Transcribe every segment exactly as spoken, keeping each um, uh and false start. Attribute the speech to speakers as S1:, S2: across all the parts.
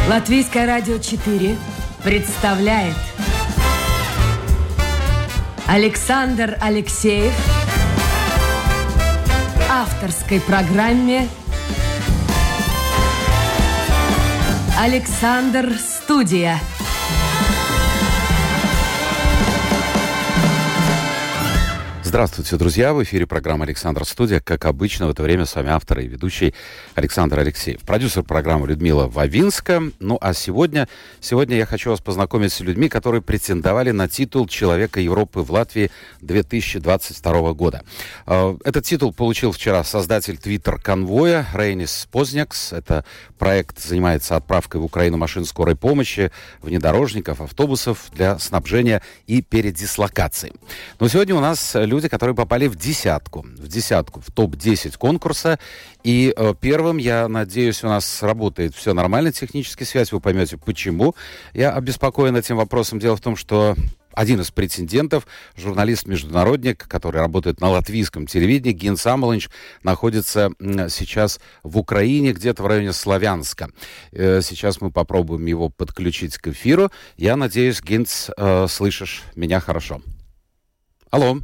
S1: Латвийское радио четыре представляет Александр Алексеев в авторской программе «Александр Студия».
S2: Здравствуйте, друзья! В эфире программа «Александр Студия». Как обычно, в это время с вами автор и ведущий Александр Алексеев. Продюсер программы Людмила Вавинска. Ну а сегодня, сегодня я хочу вас познакомить с людьми, которые претендовали на титул «Человека Европы в Латвии» две тысячи двадцать второго года. Этот титул получил вчера создатель твиттер-конвоя Рейнис Познякс. Это проект занимается отправкой в Украину машин скорой помощи, внедорожников, автобусов для снабжения и передислокации. Но сегодня у нас люди, которые попали в десятку, в десятку, в топ десять конкурса. И э, первым, я надеюсь, у нас работает все нормально, техническая связь, вы поймете, почему. Я обеспокоен этим вопросом. Дело в том, что один из претендентов, журналист-международник, который работает на латвийском телевидении, Гинс Амолинч, находится сейчас в Украине, где-то в районе Славянска. Э, сейчас мы попробуем его подключить к эфиру. Я надеюсь, Гинс, э, слышишь меня хорошо. Алло.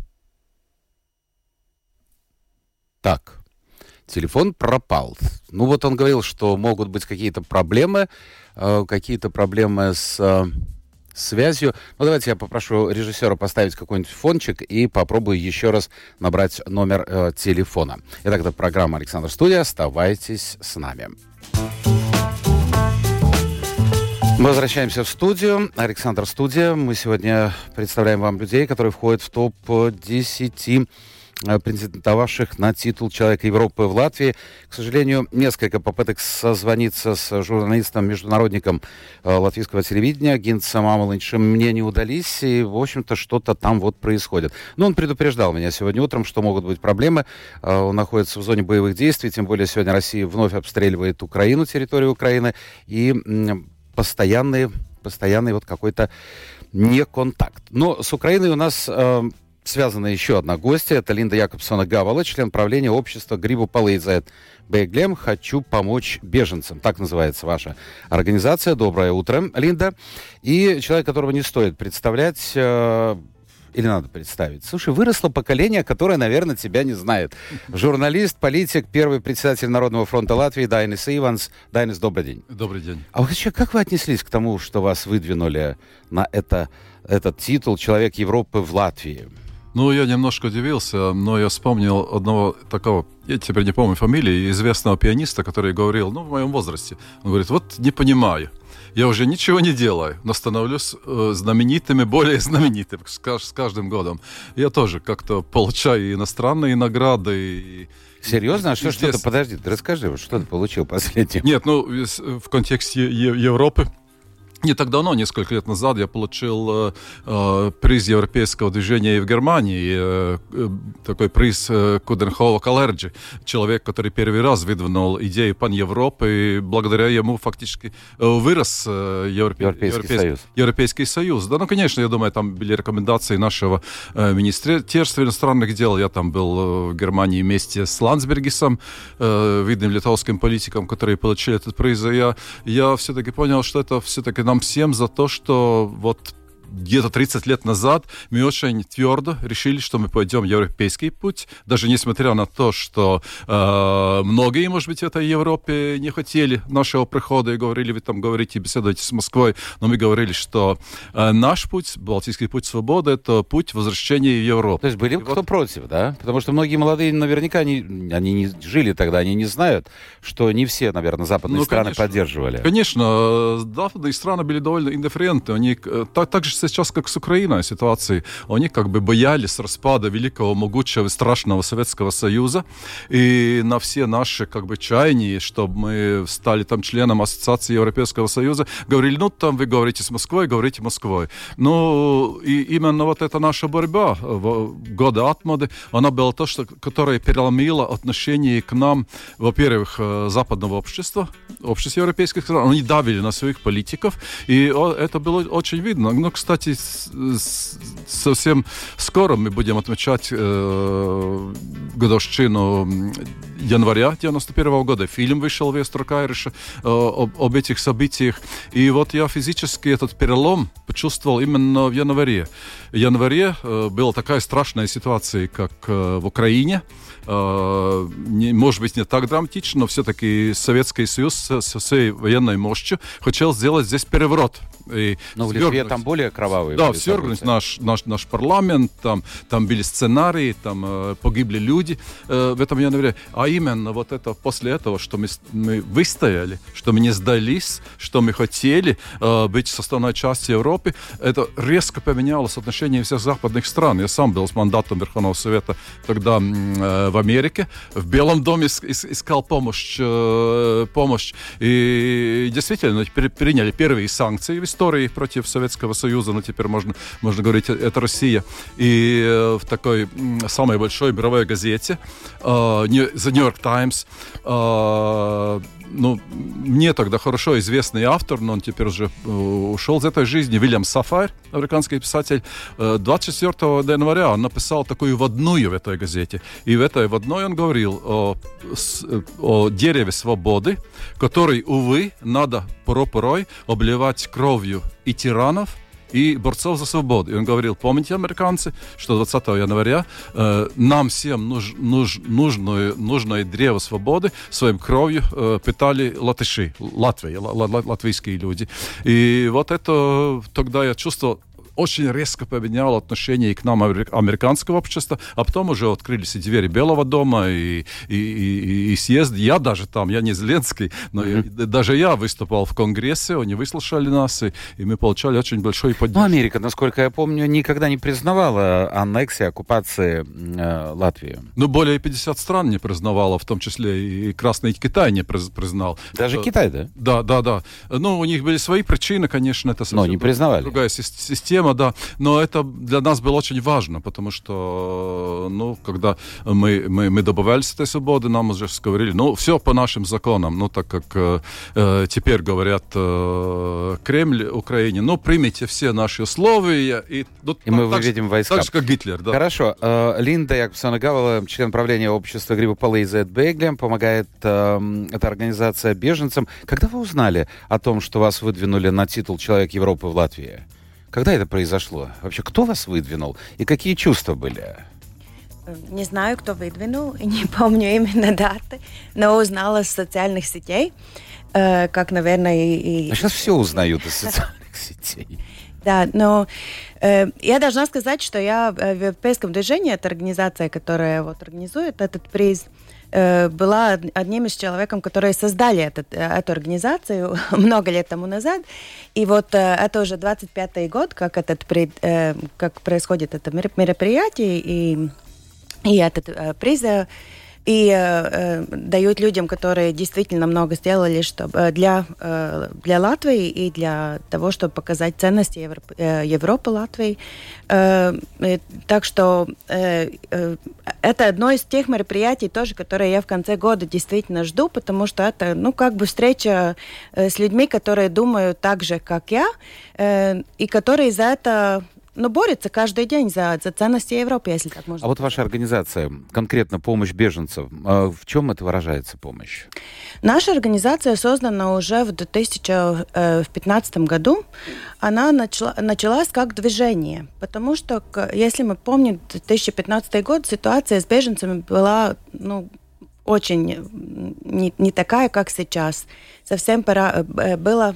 S2: Так, телефон пропал. Ну вот он говорил, что могут быть какие-то проблемы, э, какие-то проблемы с э, связью. Ну давайте я попрошу режиссера поставить какой-нибудь фончик и попробую еще раз набрать номер э, телефона. Итак, это программа «Александр Студия». Оставайтесь с нами. Мы возвращаемся в студию. Александр Студия. Мы сегодня представляем вам людей, которые входят в топ десять претендовавших на титул «Человека Европы в Латвии». К сожалению, несколько попыток созвониться с журналистом-международником э, латвийского телевидения Гинсом Амолинчем мне не удались, и, в общем-то, что-то там вот происходит. Но он предупреждал меня сегодня утром, что могут быть проблемы. Э, он находится в зоне боевых действий, тем более сегодня Россия вновь обстреливает Украину, территорию Украины, и м- постоянный, постоянный вот какой-то неконтакт. Но с Украиной у нас... Э, связана еще одна гостья. Это Линда Якобсона-Гавала, член правления общества «Грибу Палейдзает Бейглем». «Хочу помочь беженцам». Так называется ваша организация. Доброе утро, Линда. И человек, которого не стоит представлять... Э- Или надо представить? Слушай, выросло поколение, которое, наверное, тебя не знает. Журналист, политик, первый председатель Народного фронта Латвии Дайнис Иванс. Дайнис, добрый день.
S3: Добрый день.
S2: А вообще, как вы отнеслись к тому, что вас выдвинули на это, этот титул «Человек Европы в Латвии»?
S3: Ну, я немножко удивился, но я вспомнил одного такого, я теперь не помню фамилии, известного пианиста, который говорил, ну, в моем возрасте, он говорит, вот не понимаю. Я уже ничего не делаю, но становлюсь э, знаменитым и более знаменитым с, с каждым годом. Я тоже как-то получаю иностранные награды. И,
S2: Серьезно?
S3: И,
S2: а что,
S3: и
S2: что-то? Подожди, ты расскажи, вот что ты получил последним?
S3: Нет, ну, в контексте е- Европы. Не так давно, несколько лет назад, я получил э, приз Европейского движения в Германии, э, э, такой приз э, Куденхова Калерджи, человек, который первый раз выдвинул идею пан-Европы, и благодаря ему фактически э, вырос э, Европе...
S2: Европейский,
S3: Европейский
S2: Союз.
S3: Европейский Союз. Да, ну, конечно, я думаю, там были рекомендации нашего э, Министерства иностранных дел. Я там был э, в Германии вместе с Ландсбергисом, э, видным литовским политиком, которые получили этот приз. И я, я все-таки понял, что это все-таки нам всем за то, что вот где-то тридцать лет назад мы очень твердо решили, что мы пойдем европейский путь, даже несмотря на то, что э, многие, может быть, в этой Европе не хотели нашего прихода и говорили, вы там говорите, беседуете с Москвой, но мы говорили, что э, наш путь, Балтийский путь свободы, это путь возвращения в Европу.
S2: То есть были и кто вот... против, да? Потому что многие молодые наверняка, они, они не жили тогда, они не знают, что не все, наверное, западные ну, страны
S3: конечно,
S2: поддерживали.
S3: Конечно, западные страны были довольно индифферентны, они так, так же сейчас, как с Украиной ситуации, они как бы боялись распада великого, могучего, страшного Советского Союза, и на все наши как бы чаяния, чтобы мы стали там членом Ассоциации Европейского Союза, говорили, ну там вы говорите с Москвой, говорите Москвой. Ну и именно вот эта наша борьба в годы отмоды, она была то, что, которая переломила отношение к нам, во-первых, западного общества, общества европейских стран, они давили на своих политиков, и это было очень видно. Ну, кстати, совсем скоро мы будем отмечать э, годовщину января девяносто первого года. Фильм вышел Вестер Кайриша э, об, об этих событиях. И вот я физически этот перелом почувствовал именно в январе. В январе э, была такая страшная ситуация, как э, в Украине. Uh, не, может быть, не так драматично, но все-таки Советский Союз со, со своей военной мощью хотел сделать здесь переворот. И
S2: но в Литве там более кровавые.
S3: Да, свергнуть наш, наш, наш парламент, там, там были сценарии, там э, погибли люди э, в этом январе. А именно вот это после этого, что мы, мы выстояли, что мы не сдались, что мы хотели э, быть составной частью Европы, это резко поменялось отношение всех западных стран. Я сам был с мандатом Верховного Совета тогда э, в Америке, в Белом доме искал помощь, э, помощь. И действительно приняли первые санкции в истории против Советского Союза, но теперь можно, можно говорить, это Россия. И э, в такой э, самой большой мировой газете э, The New York Times, э, ну, мне тогда хорошо известный автор, но он теперь уже э, ушел из этой жизни, Вильям Сафайр, американский писатель, э, двадцать четвёртого января он написал такую вводную в этой газете. И в этой вводной он говорил о, о дереве свободы, который, увы, надо порой обливать кровью и тиранов, и борцов за свободу. И он говорил, помните, американцы, что двадцатого января э, нам всем нуж, нуж, нужное, нужное древо свободы своим кровью э, питали латыши, Латвии, л, л, латвийские люди. И вот это тогда я чувствовал, очень резко поменяло отношение к нам американского общества, а потом уже открылись и двери Белого дома, и, и, и, и съезд. Я даже там, я не Зеленский, но mm-hmm. я, даже я выступал в Конгрессе, они выслушали нас, и, и мы получали очень большой поддержку.
S2: Ну, Америка, насколько я помню, никогда не признавала аннексии, оккупации э, Латвии.
S3: Ну, более пятьдесят стран не признавало, в том числе и Красный Китай не признал.
S2: Даже uh, Китай, да?
S3: Да, да, да. Ну, у них были свои причины, конечно, это
S2: совсем но не признавали.
S3: Другая система, да, но это для нас было очень важно, потому что, ну, когда мы, мы, мы добавлялись этой свободы, нам уже говорили, ну, все по нашим законам, ну, так как э, теперь говорят э, Кремль Украине, ну, примите все наши условия, и, ну,
S2: и мы выведем войска.
S3: Так же, как Гитлер, да.
S2: Хорошо. Э, Линда Якобсона-Гавала, член правления общества Грибополы из Эдбеглем, помогает э, эта организация беженцам. Когда вы узнали о том, что вас выдвинули на титул «Человек Европы» в Латвии? Когда это произошло? Вообще, кто вас выдвинул? И какие чувства были?
S4: Не знаю, кто выдвинул, и не помню именно даты, но узнала из социальных сетей, э, как, наверное, и...
S2: А сейчас все узнают из социальных сетей.
S4: Да, но э, я должна сказать, что я в Европейском движении, это организация, которая вот организует этот приз, э, была одним из человеком, которые создали этот, эту организацию много лет тому назад. И вот э, это уже двадцать пятый год, как, этот, э, как происходит это мероприятие, и, и этот э, приз... И э, дают людям, которые действительно много сделали чтобы, для, э, для Латвии и для того, чтобы показать ценности Европы, э, Европы Латвии. Э, э, так что э, э, это одно из тех мероприятий тоже, которые я в конце года действительно жду, потому что это, ну, как бы встреча э, с людьми, которые думают так же, как я, э, и которые за это... Но борется каждый день за, за ценности Европы, если так можно.
S2: А вот ваша организация, конкретно помощь беженцам, в чем это выражается помощь?
S4: Наша организация создана уже в две тысячи пятнадцатом году. Она начала, началась как движение, потому что, если мы помним, две тысячи пятнадцатый год, ситуация с беженцами была, ну, очень не, не такая, как сейчас. Совсем пора, было...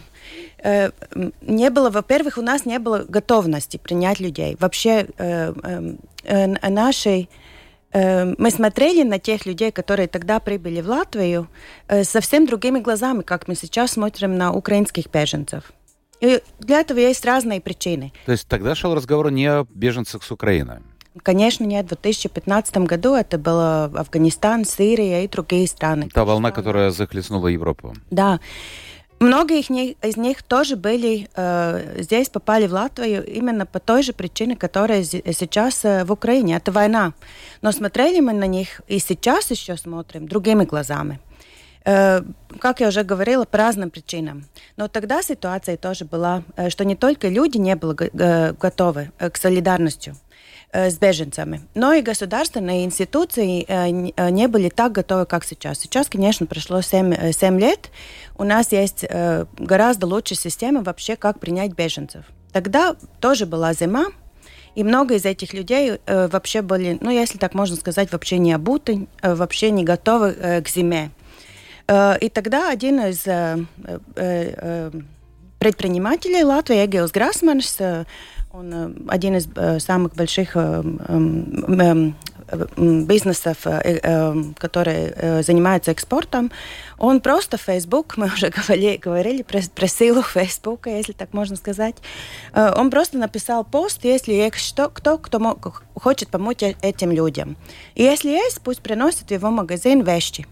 S4: Не было, во-первых, у нас не было готовности принять людей. Вообще э, э, нашей, э, мы смотрели на тех людей, которые тогда прибыли в Латвию, э, совсем другими глазами, как мы сейчас смотрим на украинских беженцев. И для этого есть разные причины.
S2: То есть тогда шел разговор не о беженцах с Украины?
S4: Конечно, нет. В две тысячи пятнадцатом году это было Афганистан, Сирия и другие страны.
S2: Та волна, которая захлестнула Европу.
S4: Да. Многие из них, из них тоже были э, здесь, попали в Латвию именно по той же причине, которая сейчас э, в Украине. Это война. Но смотрели мы на них и сейчас еще смотрим другими глазами. Э, как я уже говорила, по разным причинам. Но тогда ситуация тоже была, э, что не только люди не были э, готовы э, к солидарности. с беженцами. Но и государственные институции не были так готовы, как сейчас. Сейчас, конечно, прошло семь, семь лет. У нас есть гораздо лучшая система вообще, как принять беженцев. Тогда тоже была зима, и много из этих людей вообще были, ну, если так можно сказать, вообще не обуты, вообще не готовы к зиме. И тогда один из предпринимателей Латвии, Эгилс Грасманс, он один из самых больших бизнесов, которые занимаются экспортом, он просто в Facebook, мы уже говорили, говорили про, про силу Фейсбука, если так можно сказать, он просто написал пост, если есть кто, кто, кто хочет помочь этим людям. И если есть, пусть приносят в его магазин вещи.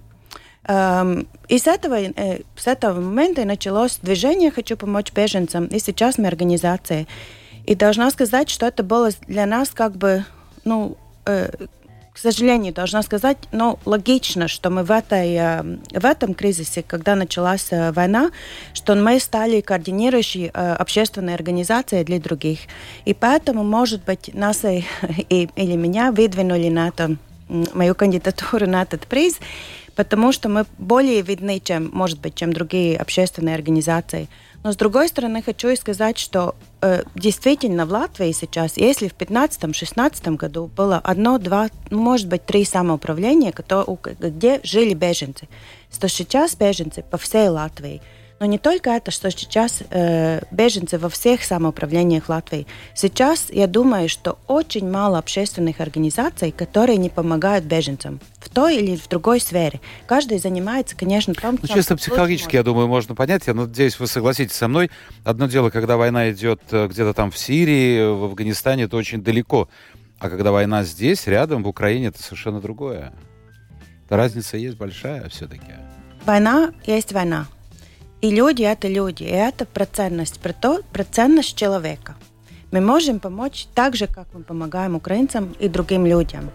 S4: И с этого, с этого момента и началось движение «Хочу помочь беженцам», и сейчас мы организация. И должна сказать, что это было для нас как бы, ну, э, к сожалению, должна сказать, ну, логично, что мы в, этой, э, в этом кризисе, когда началась э, война, что мы стали координирующей э, общественной организацией для других. И поэтому, может быть, нас и, и, или меня выдвинули на это, мою кандидатуру на этот приз, потому что мы более видны, чем, может быть, чем другие общественные организации. Но, с другой стороны, хочу и сказать, что э, действительно в Латвии сейчас, если в пятнадцатом-шестнадцатом году было одно, два, ну, может быть, три самоуправления, которые, где жили беженцы, то сейчас беженцы по всей Латвии. Но не только это, что сейчас э, беженцы во всех самоуправлениях Латвии. Сейчас я думаю, что очень мало общественных организаций, которые не помогают беженцам в той или в другой сфере. Каждый занимается, конечно, том,
S2: ну, чисто психологически, я думаю, можно понять. Я надеюсь, вы согласитесь со мной. Одно дело, когда война идет где-то там в Сирии, в Афганистане, это очень далеко. А когда война здесь, рядом, в Украине, это совершенно другое. Разница есть большая все-таки.
S4: Война есть война. И люди – это люди, и это про ценность, про, то, про ценность человека. Мы можем помочь так же, как мы помогаем украинцам и другим людям.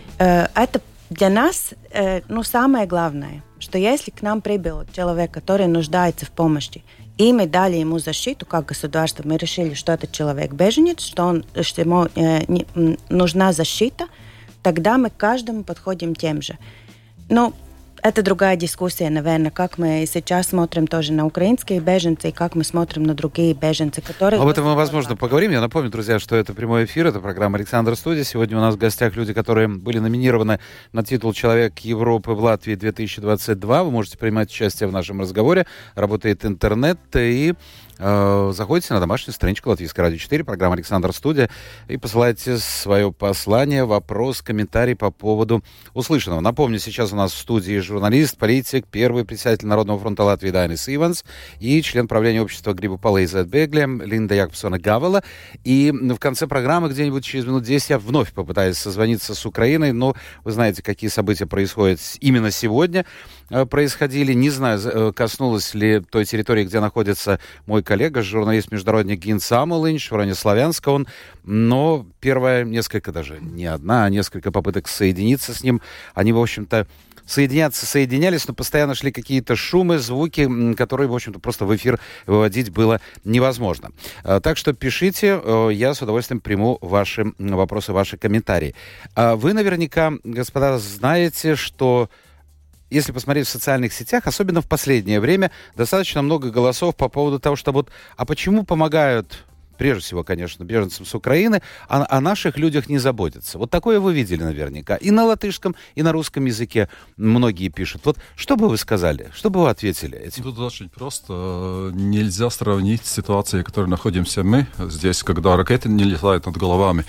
S4: Это для нас ну, самое главное, что если к нам прибыл человек, который нуждается в помощи, и мы дали ему защиту, как государство, мы решили, что этот человек беженец, что, он, что ему нужна защита, тогда мы к каждому подходим тем же. Ну, это другая дискуссия, наверное, как мы сейчас смотрим тоже на украинские беженцы и как мы смотрим на другие беженцы, которые...
S2: Об этом мы, возможно, поговорим. Я напомню, друзья, что это прямой эфир, это программа «Александр Студия». Сегодня у нас в гостях люди, которые были номинированы на титул «Человек Европы в Латвии две тысячи двадцать два». Вы можете принимать участие в нашем разговоре. Работает интернет и... Заходите на домашнюю страничку Латвийской радио четыре, программа «Александр Студия», и посылайте свое послание, вопрос, комментарий по поводу услышанного. Напомню, сейчас у нас в студии журналист, политик, первый председатель Народного фронта Латвии Дайнис Иванс и член правления общества Грибу и Зетбегле Линда Якобсона Гавела. И в конце программы, где-нибудь через минут десять, я вновь попытаюсь созвониться с Украиной, но вы знаете, какие события происходят именно сегодня. Происходили. Не знаю, коснулось ли той территории, где находится мой коллега, журналист-международник Гин Самулинч в районе Славянска он, но первая, несколько даже, не одна, а несколько попыток соединиться с ним, они, в общем-то, соединяться соединялись, но постоянно шли какие-то шумы, звуки, которые, в общем-то, просто в эфир выводить было невозможно. Так что пишите, я с удовольствием приму ваши вопросы, ваши комментарии. Вы наверняка, господа, знаете, что... Если посмотреть в социальных сетях, особенно в последнее время, достаточно много голосов по поводу того, что вот, а почему помогают, прежде всего, конечно, беженцам с Украины, а о наших людях не заботятся. Вот такое вы видели наверняка. И на латышском, и на русском языке многие пишут. Вот что бы вы сказали? Что бы вы ответили этим?
S3: Тут очень просто. Нельзя сравнить ситуацию, в которой находимся мы здесь, когда ракеты не летают над головами,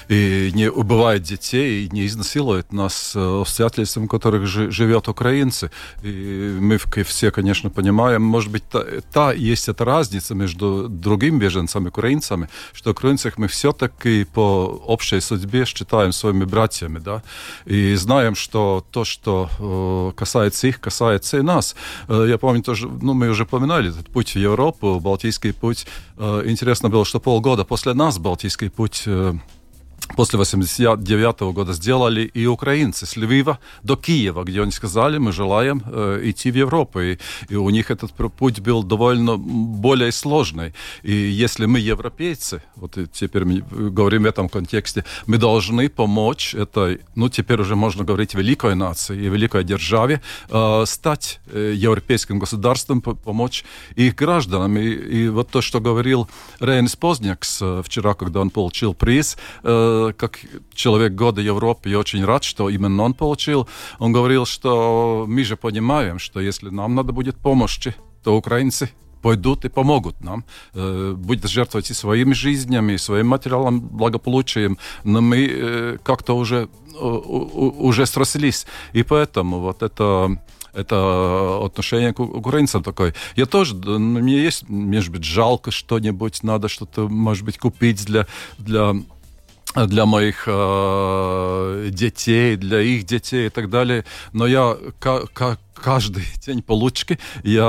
S3: и не убивают детей, и не изнасилуют нас обстоятельствам, в которых живут украинцы. И мы все, конечно, понимаем, может быть, та, та есть эта разница между другими беженцами и украинцами, что украинцев мы все-таки по общей судьбе считаем своими братьями, да, и знаем, что то, что э, касается их, касается и нас. Э, я помню тоже, ну, мы уже упоминали этот путь в Европу, Балтийский путь. Э, интересно было, что полгода после нас Балтийский путь э, после восемьдесят девятого года сделали и украинцы с Львива до Киева, где они сказали, мы желаем э, идти в Европу. И, и у них этот путь был довольно более сложный. И если мы европейцы, вот теперь мы говорим в этом контексте, мы должны помочь этой, ну теперь уже можно говорить, великой нации и великой державе э, стать э, европейским государством, помочь их гражданам. И, и вот то, что говорил Рейнис Познякс э, вчера, когда он получил приз, э, как человек года Европы, я очень рад, что именно он получил. Он говорил, что мы же понимаем, что если нам надо будет помощи, то украинцы пойдут и помогут нам. Э, будут жертвовать и своими жизнями, и своим материалом, благополучием, но мы э, как-то уже, э, уже срослись. И поэтому вот это... это отношение к украинцам такое. Я тоже, мне есть, может быть, жалко что-нибудь, надо что-то, может быть, купить для... для для моих э, детей, для их детей и так далее. Но я к- к- каждый день получки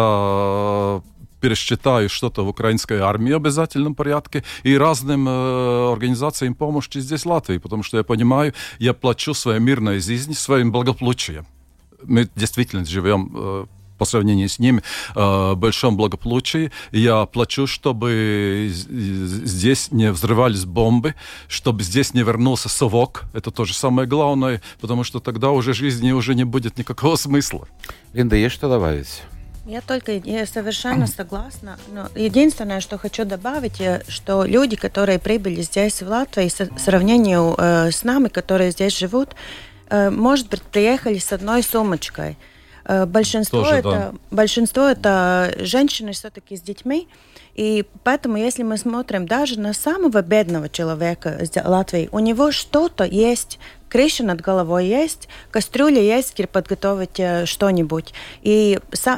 S3: я пересчитаю что-то в украинской армии в обязательном порядке и разным э, организациям помощи здесь в Латвии, потому что я понимаю, я плачу своей мирной жизнью, своим благополучием. Мы действительно живем э, по сравнению с ними, в большом благополучии. Я плачу, чтобы здесь не взрывались бомбы, чтобы здесь не вернулся совок. Это тоже самое главное, потому что тогда уже жизни уже не будет никакого смысла.
S2: Линда, есть что добавить?
S4: Я только я совершенно согласна. Но единственное, что хочу добавить, что люди, которые прибыли здесь, в Латвии, в сравнении э, с нами, которые здесь живут, э, может быть, приехали с одной сумочкой. Большинство, Тоже, это, да. большинство это женщины все-таки с детьми, и поэтому, если мы смотрим даже на самого бедного человека из Латвии, у него что-то есть, крыша над головой есть, кастрюля есть, где подготовить что-нибудь, и,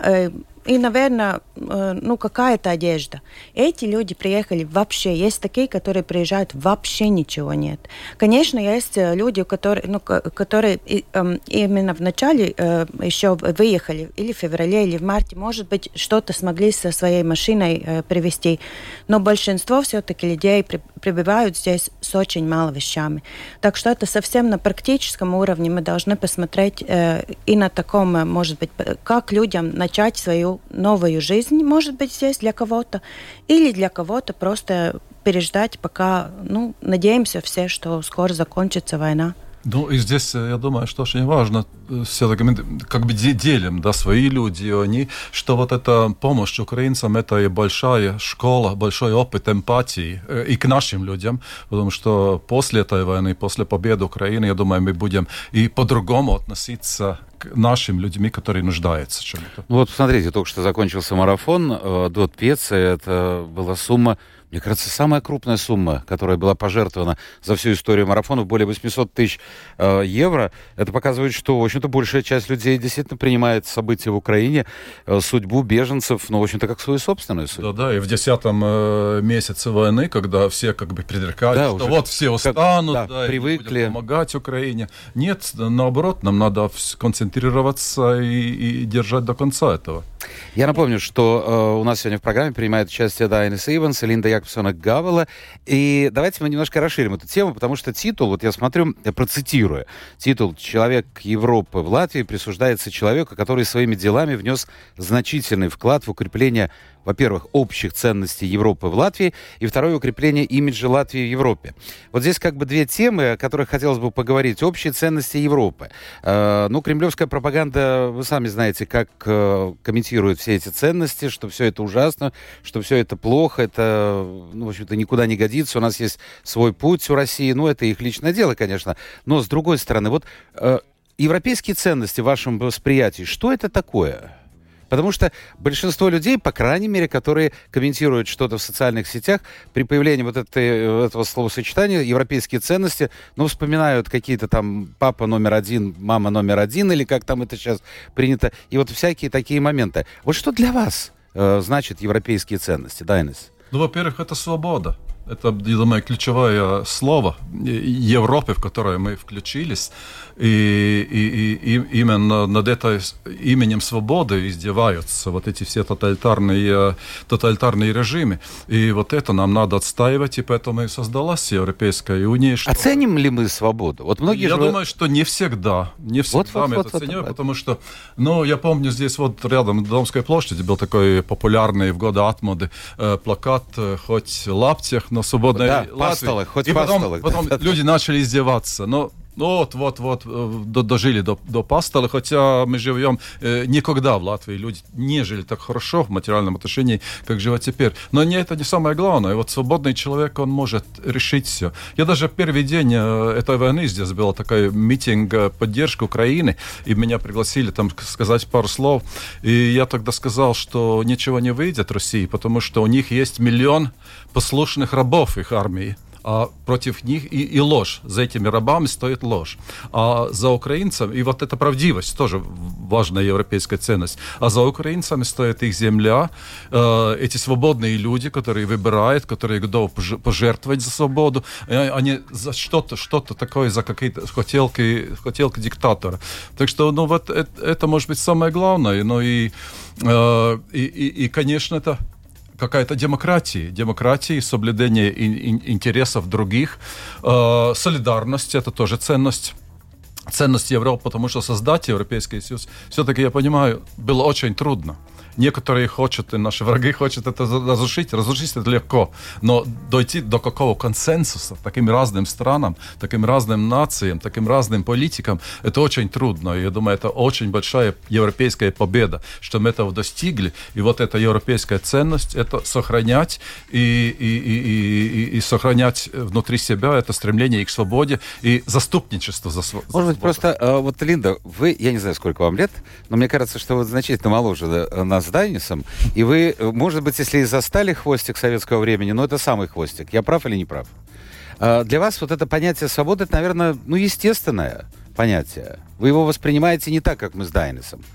S4: и наверное, ну, какая-то одежда. Эти люди приехали вообще, есть такие, которые приезжают, вообще ничего нет. Конечно, есть люди, которые, ну, которые именно в начале еще выехали, или в феврале, или в марте, может быть, что-то смогли со своей машиной привезти, но большинство все-таки людей прибывают здесь с очень мало вещами. Так что это совсем на практическом уровне мы должны посмотреть и на таком, может быть, как людям начать свою новую жизнь, может быть, здесь для кого-то, или для кого-то просто переждать, пока, ну, надеемся все, что скоро закончится война.
S3: Ну, и здесь, я думаю, что очень важно, все-таки мы как бы делим, да, свои люди, они, что вот эта помощь украинцам, это и большая школа, большой опыт эмпатии и к нашим людям, потому что после этой войны, после победы Украины, я думаю, мы будем и по-другому относиться к нашим людьми, которые нуждаются в чем-то.
S2: Ну вот, посмотрите, только что закончился марафон Дот Пеца, это была сумма, мне кажется, самая крупная сумма, которая была пожертвована за всю историю марафонов, более восемьсот тысяч э, евро. Это показывает, что, в общем-то, большая часть людей действительно принимает события в Украине, э, судьбу беженцев, ну, в общем-то, как свою собственную судьбу.
S3: Да-да, и в десятом э, месяце войны, когда все как бы предрекали, да, что вот все устанут, как, да, да, привыкли. И будут помогать Украине. Нет, наоборот, нам надо концентрироваться и, и держать до конца этого.
S2: Я напомню, что э, у нас сегодня в программе принимает участие Дайнис Иванс и Линда Якобсона-Гавела. И давайте мы немножко расширим эту тему, потому что титул, вот я смотрю, я процитирую, титул «Человек Европы в Латвии» присуждается человеку, который своими делами внес значительный вклад в укрепление, во-первых, общих ценностей Европы в Латвии, и второе, укрепление имиджа Латвии в Европе. Вот здесь как бы две темы, о которых хотелось бы поговорить. Общие ценности Европы. Э, ну, кремлевская пропаганда, вы сами знаете, как э, комментирует все эти ценности, что все это ужасно, что все это плохо, это, ну, в общем-то, никуда не годится, у нас есть свой путь у России, ну, это их личное дело, конечно. Но, с другой стороны, вот э, европейские ценности в вашем восприятии, что это такое? Потому что большинство людей, по крайней мере, которые комментируют что-то в социальных сетях, при появлении вот этой, этого словосочетания «европейские ценности», ну, вспоминают какие-то там папа номер один, мама номер один, или как там это сейчас принято, и вот всякие такие моменты. Вот что для вас э, значит европейские ценности, Дайнис?
S3: Ну, во-первых, это свобода. Это, я думаю, ключевое слово Европы, в которое мы включились. И, и, и именно над этой именем свободы издеваются вот эти все тоталитарные, тоталитарные режимы. И вот это нам надо отстаивать, и поэтому и создалась Европейская уния. Что...
S2: Оценим ли мы свободу? Вот многие
S3: я
S2: же...
S3: думаю, что не всегда. Не всегда
S2: вот,
S3: мы
S2: вот,
S3: это
S2: вот,
S3: оцениваем,
S2: вот,
S3: потому что, ну, я помню, здесь вот рядом Домской площади был такой популярный в годы отмоды э, плакат э, «Хоть лаптях, но свободной
S2: да,
S3: Латвии».
S2: пастолах, хоть
S3: и потом,
S2: пастолах.
S3: потом
S2: да,
S3: люди да. начали издеваться. Но вот, вот, вот, до, дожили до, до пастола, хотя мы живем э, никогда в Латвии, люди не жили так хорошо в материальном отношении, как живут теперь. Но не, это не самое главное. Вот свободный человек, он может решить все. Я даже в первый день э, этой войны здесь был такой митинг э, поддержки Украины, и меня пригласили там сказать пару слов. И я тогда сказал, что ничего не выйдет России, потому что у них есть миллион послушных рабов их армии. А против них и, и ложь. За этими рабами стоит ложь. А за украинцами, и вот эта правдивость тоже важная европейская ценность, а за украинцами стоит их земля, э, эти свободные люди, которые выбирают, которые готовы пожертвовать за свободу, а не за что-то, что-то такое, за какие-то хотелки, хотелки диктатора. Так что, ну, вот это, это может быть самое главное. Ну и, э, и, и, и, конечно, это какая-то демократия, демократия, соблюдение интересов других, э, солидарность, это тоже ценность, ценность Европы, потому что создать Европейский Союз, все-таки, я понимаю, было очень трудно. Некоторые хотят, и наши враги хотят это разрушить. Разрушить это легко. Но дойти до какого консенсуса таким разным странам, таким разным нациям, таким разным политикам, это очень трудно. И я думаю, это очень большая европейская победа, что мы этого достигли. И вот эта европейская ценность, это сохранять и, и, и, и, и сохранять внутри себя это стремление к свободе и заступничество за свободу.
S2: Может быть, просто, вот, Линда, вы, я не знаю, сколько вам лет, но мне кажется, что вы значительно моложе нас с Данисом, и вы, может быть, если и застали хвостик советского времени, но это самый хвостик. Я прав или не прав? А для вас вот это понятие свободы, это, наверное, ну, естественное понятие. Вы его воспринимаете не так, как мы с Данисом.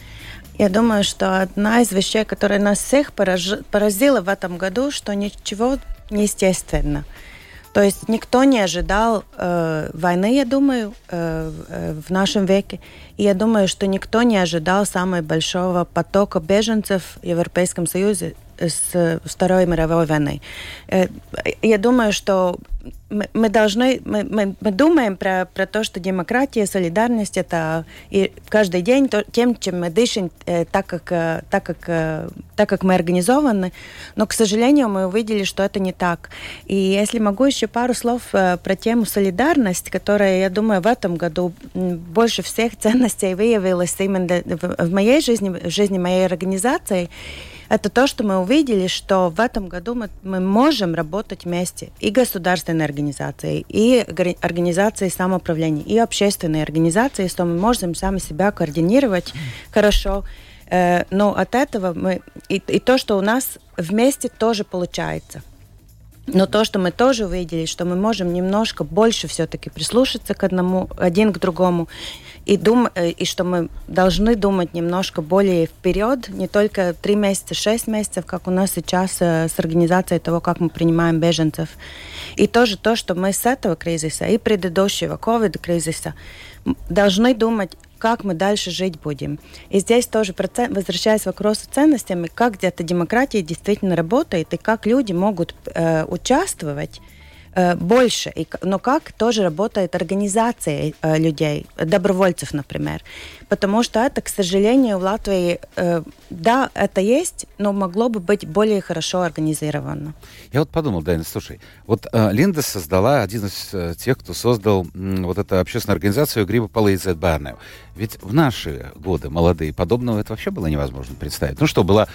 S4: Я думаю, что одна из вещей, которая нас всех поразила в этом году, что ничего неестественно. То есть никто не ожидал э, войны, я думаю, э, э, в нашем веке. И я думаю, что никто не ожидал самого большого потока беженцев в Европейском Союзе с Второй мировой войны. Э, я думаю, что мы, мы должны, мы, мы, мы думаем про, про то, что демократия, солидарность — это и каждый день то, тем, чем мы дышим, э, так, как, э, так, как, э, так как мы организованы. Но, к сожалению, мы увидели, что это не так. И если могу еще пару слов э, про тему солидарность, которая, я думаю, в этом году больше всех ценностей выявилась именно в, в моей жизни, в жизни моей организации. Это то, что мы увидели, что в этом году мы, мы можем работать вместе. И государственные организации, и организации самоуправления, и общественные организации, что мы можем сами себя координировать хорошо. Но от этого мы... И, и то, что у нас вместе тоже получается. Но то, что мы тоже увидели, что мы можем немножко больше все-таки прислушаться к одному, один к другому, и, дум, и что мы должны думать немножко более вперед, не только три месяца, шесть месяцев, как у нас сейчас с организацией того, как мы принимаем беженцев. И тоже то, что мы с этого кризиса и предыдущего ковид-кризиса должны думать, как мы дальше жить будем. И здесь тоже, возвращаясь к вопросу ценностями, как где-то демократия действительно работает, и как люди могут э, участвовать э, больше, и, но как тоже работает организация э, людей, добровольцев, например. Потому что это, к сожалению, в Латвии, э, да, это есть, но могло бы быть более хорошо организовано.
S2: Я вот подумал, Дайна, слушай, вот э, Линда создала, один из э, тех, кто создал м, вот эту общественную организацию «Гриба Palīdzēt bērniem». Ведь в наши годы, молодые, подобного это вообще было невозможно представить. Ну что, была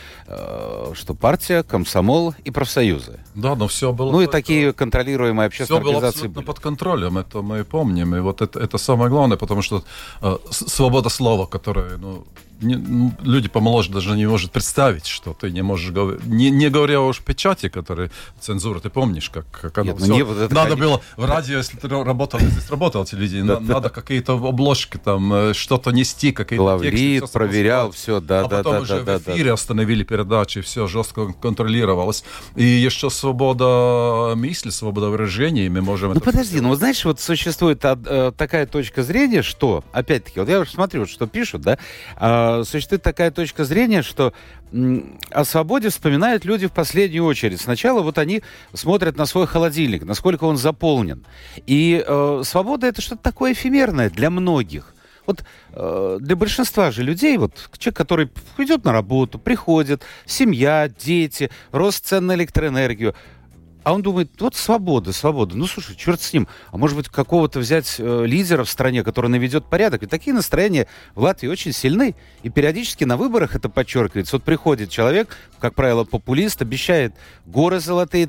S2: э, что партия, комсомол и профсоюзы.
S3: Да, но все было...
S2: Ну и такие контролируемые общественные
S3: все
S2: организации
S3: было абсолютно
S2: были.
S3: под контролем, это мы помним. И вот это, это самое главное, потому что э, свобода слова, которая... Ну, не, люди помоложе даже не могут представить, что ты не можешь говорить. Не, не говоря уж о печати, которая цензура, ты помнишь, как, как оно
S2: Нет,
S3: все.
S2: ну, не, вот это,
S3: надо
S2: конечно.
S3: было в радио, если ты работал, здесь работал телевидение, на, надо какие-то обложки, там, что-то нести, какие-то
S2: Главрит,
S3: тексты. Все
S2: проверял, все, да,
S3: а
S2: да,
S3: потом
S2: да,
S3: уже
S2: да,
S3: в
S2: да,
S3: эфире
S2: да.
S3: остановили передачи, все жестко контролировалось. И еще свобода мысли, свобода выражения, и мы можем...
S2: Ну
S3: это
S2: подожди, ну вот знаешь, вот существует а, а, такая точка зрения, что, опять-таки, вот я уже смотрю, вот что пишут, да, а, существует такая точка зрения, что м, о свободе вспоминают люди в последнюю очередь. Сначала вот они смотрят на свой холодильник, насколько он заполнен. И э, свобода — это что-то такое эфемерное для многих. Вот э, для большинства же людей, вот человек, который идет на работу, приходит, семья, дети, рост цен на электроэнергию, а он думает, вот свобода, свобода. Ну, слушай, черт с ним. А может быть, какого-то взять э, лидера в стране, который наведет порядок. И такие настроения в Латвии очень сильны. И периодически на выборах это подчеркивается. Вот приходит человек, как правило, популист, обещает горы золотые,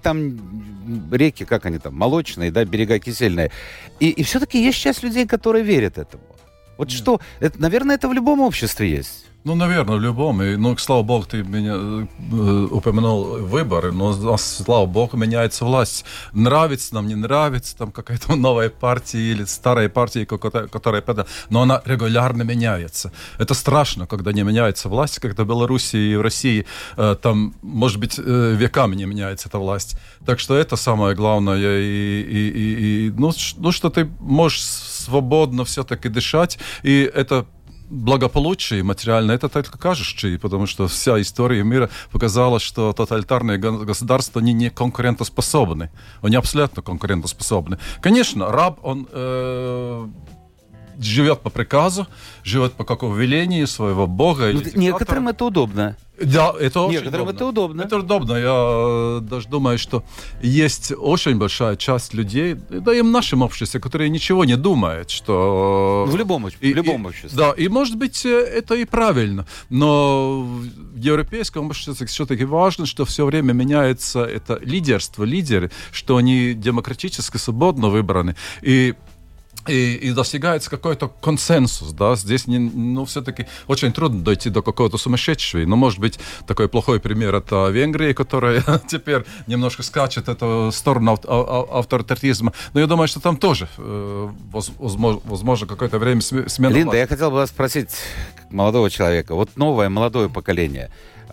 S2: там реки, как они там, молочные, да, берега кисельные. И, и все-таки есть часть людей, которые верят этому. Вот Нет. что, это, наверное, это в любом обществе есть.
S3: Ну, наверное, в любом. И, ну, слава богу, ты меня э, упомянул выборы, но, слава богу, меняется власть. Нравится нам, не нравится, там какая-то новая партия или старая партия, которая, которая но она регулярно меняется. Это страшно, когда не меняется власть, когда в Беларуси и в России э, там, может быть, э, веками не меняется эта власть. Так что это самое главное. И, и, и, и, ну, ну, что ты можешь свободно все-таки дышать, и это благополучие материально, это только кажущее, потому что вся история мира показала, что тоталитарные государства, они не конкурентоспособны. Они абсолютно конкурентоспособны. Конечно, раб, он э, живет по приказу, живет по какому велению своего бога.
S2: Ну, некоторым это удобно.
S3: Да, это очень
S2: Некоторым
S3: удобно.
S2: это удобно.
S3: Это удобно. Я даже думаю, что есть очень большая часть людей, да и в нашем обществе, которые ничего не думают, что...
S2: В любом,
S3: и,
S2: в любом
S3: и,
S2: обществе.
S3: Да, и может быть это и правильно, но в европейском обществе все-таки важно, что все время меняется это лидерство, лидеры, что они демократически, свободно выбраны. И И, и достигается какой-то консенсус, да, здесь не, ну, все-таки очень трудно дойти до какого-то сумасшедшего, но, может быть, такой плохой пример — это Венгрия, которая теперь немножко скачет эту сторону авторитаризма, но я думаю, что там тоже, возможно, возможно какое-то время смена.
S2: Линда, я хотел бы вас спросить, как молодого человека, вот новое, молодое поколение,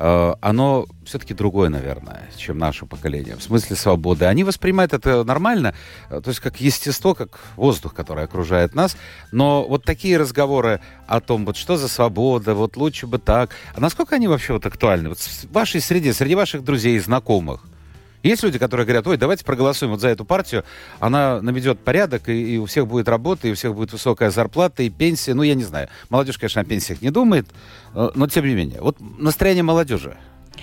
S2: оно все-таки другое, наверное, чем наше поколение. В смысле свободы. Они воспринимают это нормально, то есть как естество, как воздух, который окружает нас. Но вот такие разговоры о том, вот что за свобода, вот лучше бы так. А насколько они вообще вот актуальны? Вот в вашей среде, среди ваших друзей и знакомых? Есть люди, которые говорят, ой, давайте проголосуем вот за эту партию, она наведет порядок, и, и у всех будет работа, и у всех будет высокая зарплата, и пенсия. Ну, я не знаю. Молодежь, конечно, о пенсиях не думает, но тем не менее. Вот настроение молодежи.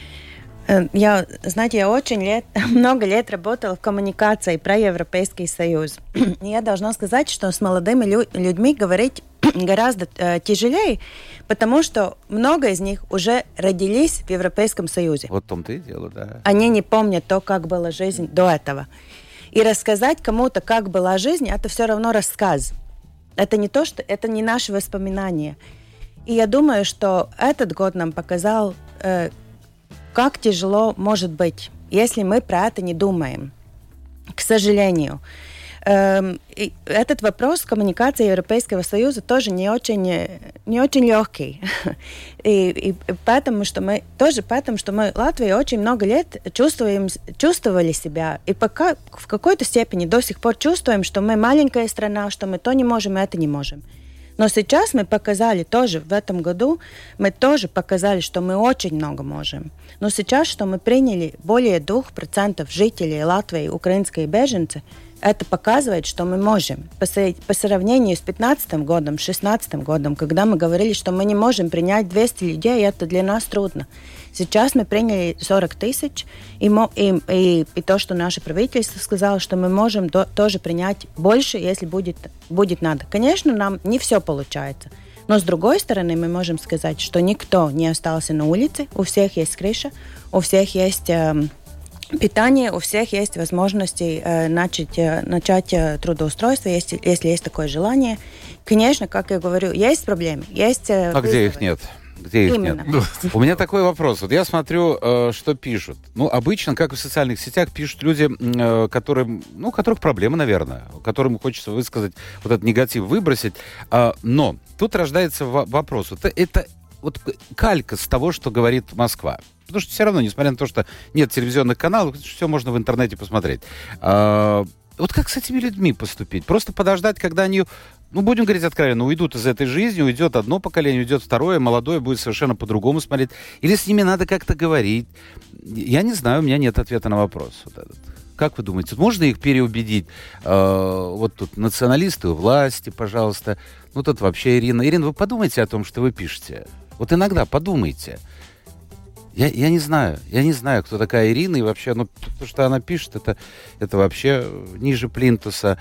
S4: Я, знаете, я очень лет, много лет работала в коммуникации про Европейский Союз. И я должна сказать, что с молодыми лю- людьми говорить гораздо э, тяжелее, потому что много из них уже родились в Европейском Союзе.
S2: Вот в том-то и дело, да.
S4: Они не помнят то, как была жизнь до этого. И рассказать кому-то, как была жизнь, это все равно рассказ. Это не то, что это не наши воспоминания. И я думаю, что этот год нам показал, э, как тяжело может быть, если мы про это не думаем. К сожалению. Эм, и этот вопрос коммуникации Европейского Союза тоже не очень, не очень легкий. И, и потому что мы тоже потому, что мы в Латвии очень много лет чувствуем, чувствовали себя. И пока в какой-то степени до сих пор чувствуем, что мы маленькая страна, что мы то не можем, это не можем. Но сейчас мы показали тоже, в этом году, мы тоже показали, что мы очень много можем. Но сейчас, что мы приняли более двух процентов жителей Латвии, украинские беженцы, это показывает, что мы можем. По, по сравнению с пятнадцатым годом, шестнадцатым годом, когда мы говорили, что мы не можем принять двести людей, это для нас трудно. Сейчас мы приняли сорок тысяч, и, и, и, и то, что наше правительство сказало, что мы можем до, тоже принять больше, если будет, будет надо. Конечно, нам не все получается. Но с другой стороны, мы можем сказать, что никто не остался на улице, у всех есть крыша, у всех есть э, питание, у всех есть возможности э, начать, э, начать э, трудоустройство, если, если есть такое желание. Конечно, как я говорю, есть проблемы. Есть, э,
S2: а где их нет? Где их
S4: Именно.
S2: нет? У меня такой вопрос. Вот я смотрю, э, что пишут. Ну, обычно, как в социальных сетях, пишут люди, э, которым, ну, у которых проблемы, наверное, которым хочется высказать вот этот негатив, выбросить. А, но тут рождается в- вопрос. Вот это вот калька с того, что говорит Москва. Потому что все равно, несмотря на то, что нет телевизионных каналов, все можно в интернете посмотреть. А, вот как с этими людьми поступить? Просто подождать, когда они... Ну, будем говорить откровенно, уйдут из этой жизни, уйдет одно поколение, уйдет второе, молодое будет совершенно по-другому смотреть. Или с ними надо как-то говорить. Я не знаю, у меня нет ответа на вопрос. Вот этот. Как вы думаете, можно их переубедить? Э, вот тут националисты у власти, пожалуйста. Ну, тут вообще Ирина. Ирина, вы подумайте о том, что вы пишете. Вот иногда подумайте. Я, я не знаю, я не знаю, кто такая Ирина, и вообще, ну, то, что она пишет, это, это вообще ниже плинтуса.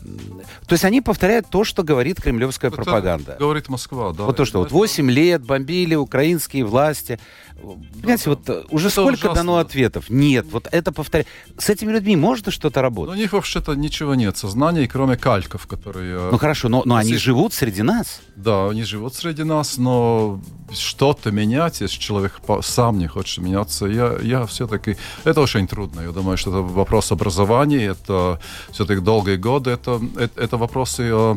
S2: То есть они повторяют то, что говорит кремлевская
S3: Это
S2: пропаганда.
S3: Говорит Москва, да.
S2: Вот то, что вот восемь лет бомбили украинские власти. Понимаете,
S3: да,
S2: вот да. уже
S3: это
S2: сколько
S3: ужасно,
S2: дано
S3: да.
S2: ответов? Нет, вот это повторяю. С этими людьми можно что-то
S3: Но
S2: работать?
S3: у них вообще-то ничего нет сознания, кроме кальков, которые...
S2: Ну хорошо, но, но они
S3: Если-
S2: живут среди нас.
S3: Да, они живут среди нас, но что-то менять, если человек по- сам не хочет меняться, я, я все-таки... Это очень трудно. Я думаю, что это вопрос образования, это все-таки долгие годы, это, это, это вопросы о,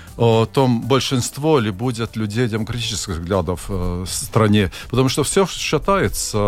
S3: о том, большинство ли будет людей демократических взглядов э, в стране. Потому что все шатается.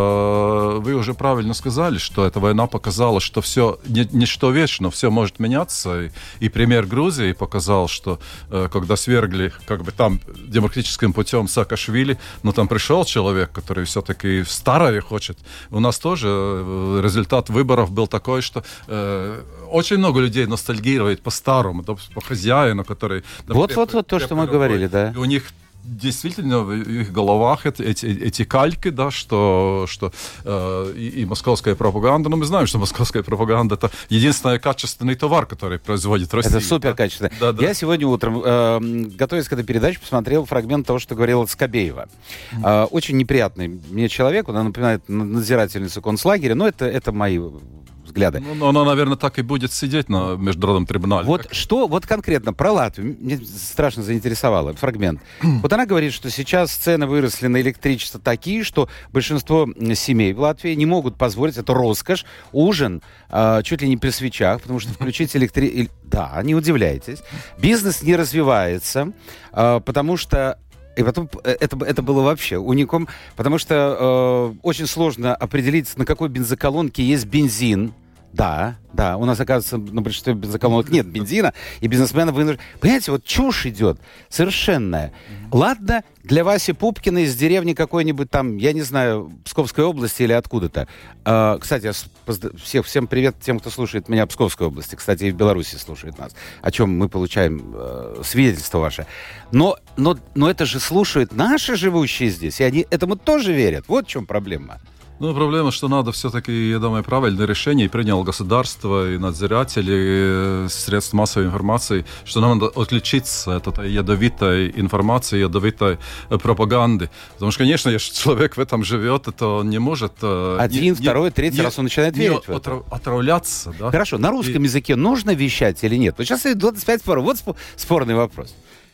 S3: Вы уже правильно сказали, что эта война показала, что все, не, ничто вечно, все может меняться. И, и пример Грузии показал, что э, когда свергли как бы там демократическим путем Саакашвили, но там пришел человек, который все-таки старое хочет. У нас тоже э, результат выборов был такой, что э, очень много людей ностальгирует по-старому, да, по хозяину, который...
S2: Вот-вот-вот то, что мы говорили, да.
S3: И у них действительно в их головах эти, эти, эти кальки, да, что, что э, и, и московская пропаганда, но мы знаем, что московская пропаганда — это единственный качественный товар, который производит Россия.
S2: Это супер качественно.
S3: Да, да.
S2: Я сегодня утром, э, готовясь к этой передаче, посмотрел фрагмент того, что говорила Скобеева. Э, очень неприятный мне человек, он напоминает надзирательницу концлагеря, но это, это мои взгляды.
S3: Ну, но она, наверное, так и будет сидеть на международном трибунале.
S2: Вот
S3: Как-
S2: что, вот конкретно про Латвию, мне страшно заинтересовало, фрагмент. Вот она говорит, что сейчас цены выросли на электричество такие, что большинство семей в Латвии не могут позволить, это роскошь, ужин э, чуть ли не при свечах, потому что включить электричество... Да, не удивляйтесь. Бизнес не развивается, э, потому что и потом это, это было вообще уникум, потому что э, очень сложно определить, на какой бензоколонке есть бензин. Да, да, у нас, оказывается, на большинстве бензоколонок нет бензина, и бизнесмены вынуждены... Понимаете, вот чушь идет совершенная. Ладно, для Васи Пупкина из деревни какой-нибудь там, я не знаю, Псковской области или откуда-то. Э, кстати, я с- позд- всех, всем привет тем, кто слушает меня в Псковской области. Кстати, и в Беларуси слушает нас, о чем мы получаем э, свидетельство ваше. Но, но, но это же слушают наши живущие здесь, и они этому тоже верят. Вот в чем проблема.
S3: Ну, проблема, что надо все-таки, я думаю, правильное решение, и приняло государство, и надзиратели, и средства массовой информации, что нам надо отличиться от этой ядовитой информации, ядовитой э, пропаганды. Потому что, конечно, если человек в этом живет, это он не может... э,
S2: Один,
S3: не-
S2: второй,
S3: не-
S2: третий
S3: не-
S2: раз он начинает
S3: не
S2: верить в это.
S3: отрав- отравляться, да?
S2: Хорошо, на русском
S3: И-
S2: языке нужно вещать или нет? Вот сейчас двадцать пять споров. Вот спо- спорный вопрос.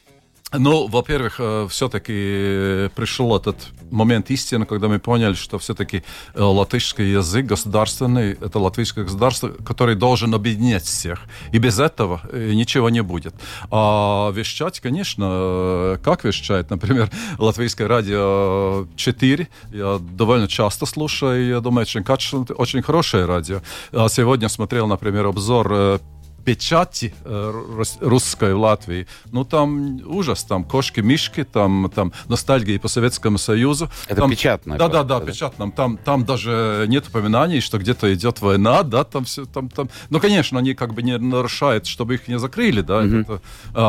S3: Ну, во-первых, все-таки пришел этот момент истины, когда мы поняли, что все-таки латышский язык государственный, это латвийское государство, который должен объединять всех. И без этого ничего не будет. А вещать, конечно, как вещать? Например, Латвийское радио четыре, я довольно часто слушаю, я думаю, очень качественное, очень хорошее радио. А сегодня смотрел, например, обзор печати э, рус- русской в Латвии, ну там ужас, там кошки-мишки, там, там ностальгия по Советскому Союзу.
S2: Это
S3: там,
S2: печатное.
S3: Да, да, да,
S2: просто,
S3: печатном. Там, там даже нет упоминаний, что где-то идет война, да, там все, там, там. Ну, конечно, они как бы не нарушают, чтобы их не закрыли, да,
S2: Мгм.
S3: это,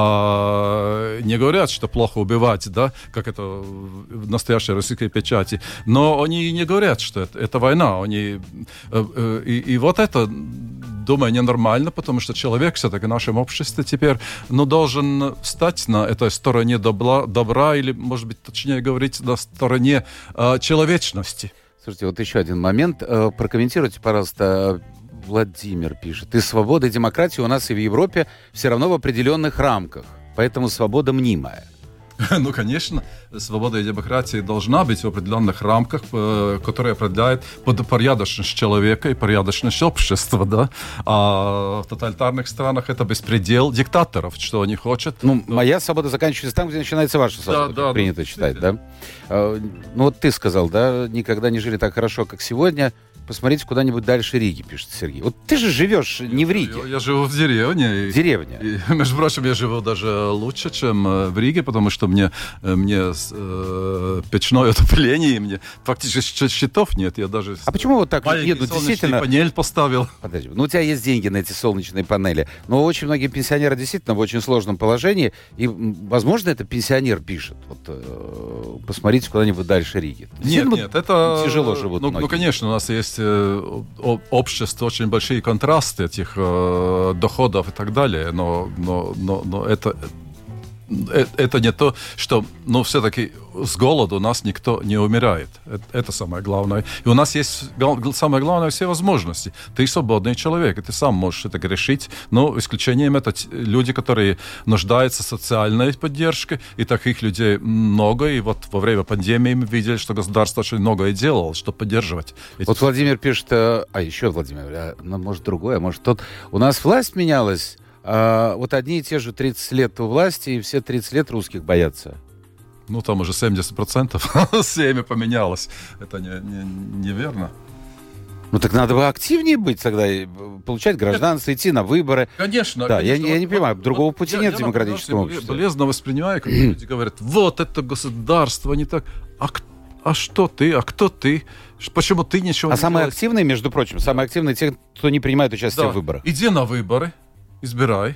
S3: а, не говорят, что плохо убивать, да, как это в настоящей российской печати, но они не говорят, что это, это война, они, э, э, и, и вот это, думаю, ненормально, потому что человек все-таки в нашем обществе теперь, ну, должен встать на этой стороне добра, добра или, может быть, точнее говорить, на стороне э, человечности.
S2: Слушайте, вот еще один момент. Э, Прокомментируйте, пожалуйста. Владимир пишет. И свобода, и демократия у нас и в Европе все равно в определенных рамках. Поэтому свобода мнимая.
S3: Ну, конечно, свобода и демократия должна быть в определенных рамках, которые определяют порядочность человека и порядочность общества, да. А в тоталитарных странах это беспредел диктаторов, что они хотят.
S2: Ну, ну моя свобода заканчивается там, где начинается ваша свобода, да, да, принято ну, считать, да? Ну, вот ты сказал, да, никогда не жили так хорошо, как сегодня. Посмотрите куда-нибудь дальше Риги, пишет Сергей. Вот ты же живешь не в Риге.
S3: Я, я живу в деревне.
S2: Деревня.
S3: И, между прочим, я живу даже лучше, чем в Риге, потому что мне, мне э, печное отопление, и мне фактически счетов нет. Я даже
S2: а почему вот так
S3: нет? Ну, действительно, панель поставил.
S2: Подожди, ну у тебя есть деньги на эти солнечные панели, но очень многие пенсионеры действительно в очень сложном положении, и, возможно, это пенсионер пишет. Вот, э, посмотрите куда-нибудь дальше Риги.
S3: Нет, нет, это...
S2: Тяжело живут
S3: ну, ну, конечно, у нас есть общество, очень большие контрасты этих э, доходов и так далее, но, но, но, но это, это не то, что, ну, все-таки с голоду у нас никто не умирает. Это, это самое главное. И у нас есть самое главное все возможности. Ты свободный человек, и ты сам можешь это решить. Но исключением это люди, которые нуждаются в социальной поддержке, и таких людей много. И вот во время пандемии мы видели, что государство очень многое делало, чтобы поддерживать. Эти...
S2: Вот Владимир пишет, а еще Владимир, а, ну, может, другое, может, тот... У нас власть менялась, а вот одни и те же тридцать лет у власти, и все тридцать лет русских боятся.
S3: Ну, там уже семьдесят процентов семя поменялось. Это не, не, неверно.
S2: Ну, так надо бы активнее быть тогда, получать гражданство, идти на выборы.
S3: Конечно.
S2: Да,
S3: конечно.
S2: Я, я не понимаю, другого пути
S3: я,
S2: нет
S3: я
S2: в демократическом обществе.
S3: Болезненно воспринимаю, когда люди говорят, вот это государство, не так. А, а что ты? А кто ты? Почему ты ничего
S2: а
S3: не делаешь?
S2: А самые активные, между прочим, самые активные те, кто не принимает участие
S3: да.
S2: в выборах.
S3: Иди на выборы, избирай.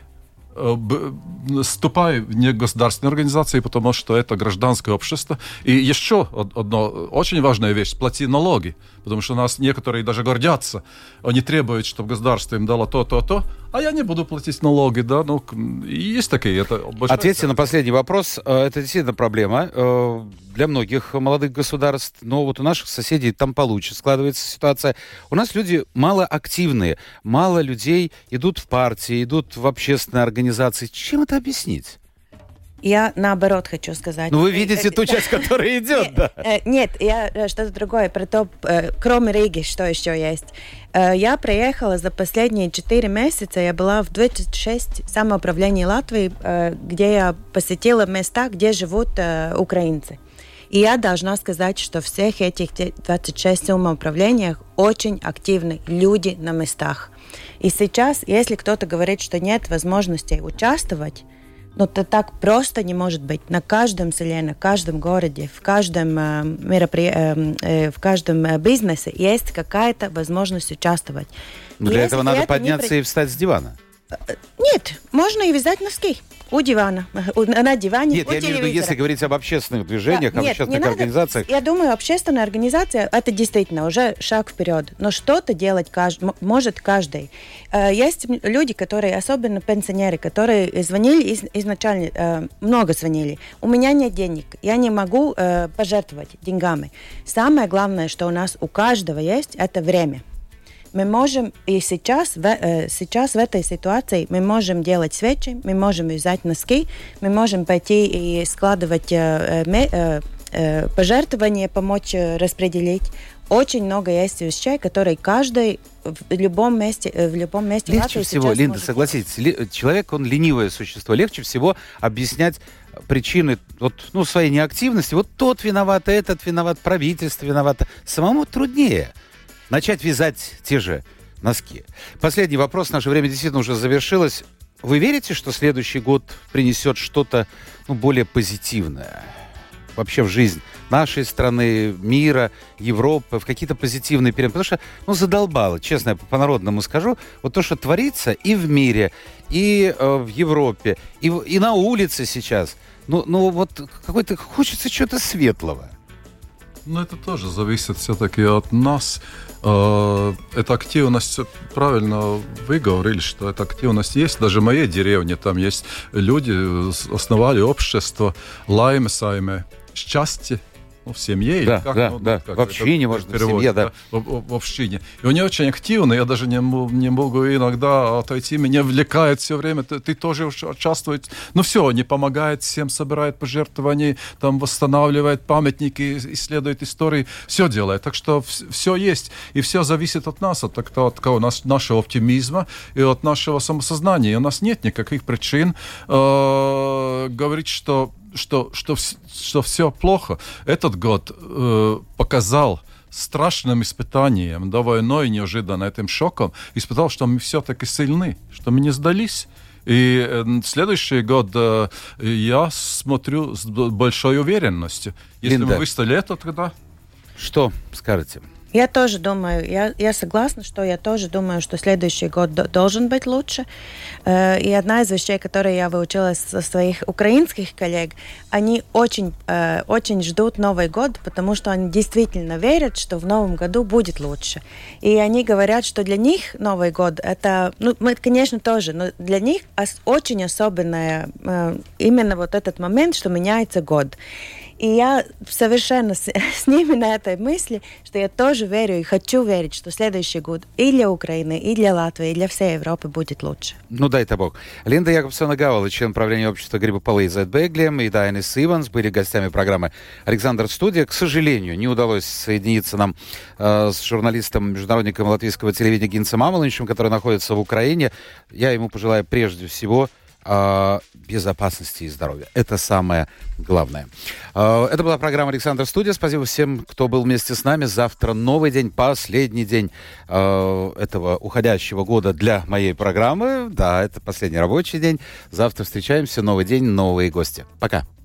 S3: Вступай в негосударственные организации, потому что это гражданское общество. И еще одна очень важная вещь – плати налоги. Потому что у нас некоторые даже гордятся. Они требуют, чтобы государство им дало то, то, то. А я не буду платить налоги. Да? Ну, есть такие. Это
S2: Ответьте на последний вопрос. Это действительно проблема для многих молодых государств. Но вот у наших соседей там получше складывается ситуация. У нас люди малоактивные. Мало людей идут в партии, идут в общественные организации. Чем это объяснить?
S4: Я наоборот хочу сказать.
S2: Ну, вы видите ту часть, которая идет, да?
S4: Нет, я что-то другое про то, кроме Риги, что еще есть. Я приехала за последние четыре месяца, я была в двадцать шесть самоуправлений Латвии, где я посетила места, где живут украинцы. И я должна сказать, что в всех этих двадцати шести самоуправлениях очень активны люди на местах. И сейчас, если кто-то говорит, что нет возможности участвовать, но это так просто не может быть. На каждом селе, на каждом городе, в каждом, э, меропри... э, э, в каждом э, бизнесе есть какая-то возможность участвовать.
S2: Но для этого надо подняться
S4: не...
S2: и встать с дивана.
S4: Нет, можно и вязать носки. У дивана, на диване,
S2: Нет,
S4: у
S2: я
S4: телевизора.
S2: имею в виду, если говорить об общественных движениях, да, об
S4: нет,
S2: общественных организациях.
S4: Я думаю, общественная организация – это действительно уже шаг вперед. Но что-то делать кажд... может каждый. Есть люди, которые, особенно пенсионеры, которые звонили из... изначально, много звонили. У меня нет денег, я не могу пожертвовать деньгами. Самое главное, что у нас у каждого есть – это время. Мы можем и сейчас в, э, сейчас в этой ситуации мы можем делать свечи, мы можем вязать носки, мы можем пойти и складывать э, э, э, пожертвования, помочь э, распределить. Очень много есть вещей, которые каждый в любом месте, в любом месте
S2: легче
S4: Латвии
S2: всего, Линда,
S4: может
S2: согласитесь, ли, человек, он ленивое существо, легче всего объяснять причины вот, ну, своей неактивности. Вот тот виноват, этот виноват, правительство виновато. Самому труднее начать вязать те же носки. Последний вопрос. Наше время действительно уже завершилось. Вы верите, что следующий год принесет что-то, ну, более позитивное вообще в жизнь нашей страны, мира, Европы, в какие-то позитивные перемены? Потому что, ну, задолбало, честно, я по-народному скажу, вот то, что творится и в мире, и э, в Европе, и, в, и на улице сейчас. Ну, ну вот какой-то хочется чего-то светлого.
S3: Ну, это тоже зависит все-таки от нас. Эта активность, правильно вы говорили, что эта активность есть. Даже в моей деревне там есть люди, основали общество Лайме Сайме, счастье ну, в семье.
S2: Да,
S3: или как,
S2: да,
S3: ну,
S2: да.
S3: Как
S2: в общине, может, в семье, да.
S3: В, в, в общине. И он не очень активный, я даже не, не могу иногда отойти, меня влекает все время, ты, ты тоже участвуешь. Ну все, не помогает всем, собирает пожертвования, там восстанавливает памятники, исследует истории, все делает. Так что все есть, и все зависит от нас, от, от, от, от нашего оптимизма и от нашего самосознания. И у нас нет никаких причин э, говорить, что Что, что, что все плохо. Этот год э, показал страшным испытанием, да, войной, неожиданно этим шоком, испытал, что мы все-таки сильны, что мы не сдались. И э, следующий год э, я смотрю с большой уверенностью. Если
S2: Линда,
S3: мы выстояли это, тогда...
S2: Что скажете?
S4: Я тоже думаю, я, я согласна, что я тоже думаю, что следующий год до, должен быть лучше. Э, и одна из вещей, которые я выучила со своих украинских коллег, они очень, э, очень ждут Новый год, потому что они действительно верят, что в Новом году будет лучше. И они говорят, что для них Новый год это, ну, мы, конечно, тоже, но для них ос- очень особенное э, именно вот этот момент, что меняется год. И я совершенно с, с ними на этой мысли, что я тоже верю и хочу верить, что следующий год и для Украины, и для Латвии, и для всей Европы будет лучше.
S2: Ну, дай-то Бог. Линда Якобсона-Гавала, член правления общества Грибополей Зетбеглем, и Дайнис Иванс были гостями программы «Александр Студия». К сожалению, не удалось соединиться нам э, с журналистом, международником латвийского телевидения Гинцем Амаловичем, который находится в Украине. Я ему пожелаю прежде всего безопасности и здоровья. Это самое главное. Это была программа «Александр Студия». Спасибо всем, кто был вместе с нами. Завтра новый день, последний день этого уходящего года для моей программы. Да, это последний рабочий день. Завтра встречаемся. Новый день, новые гости. Пока.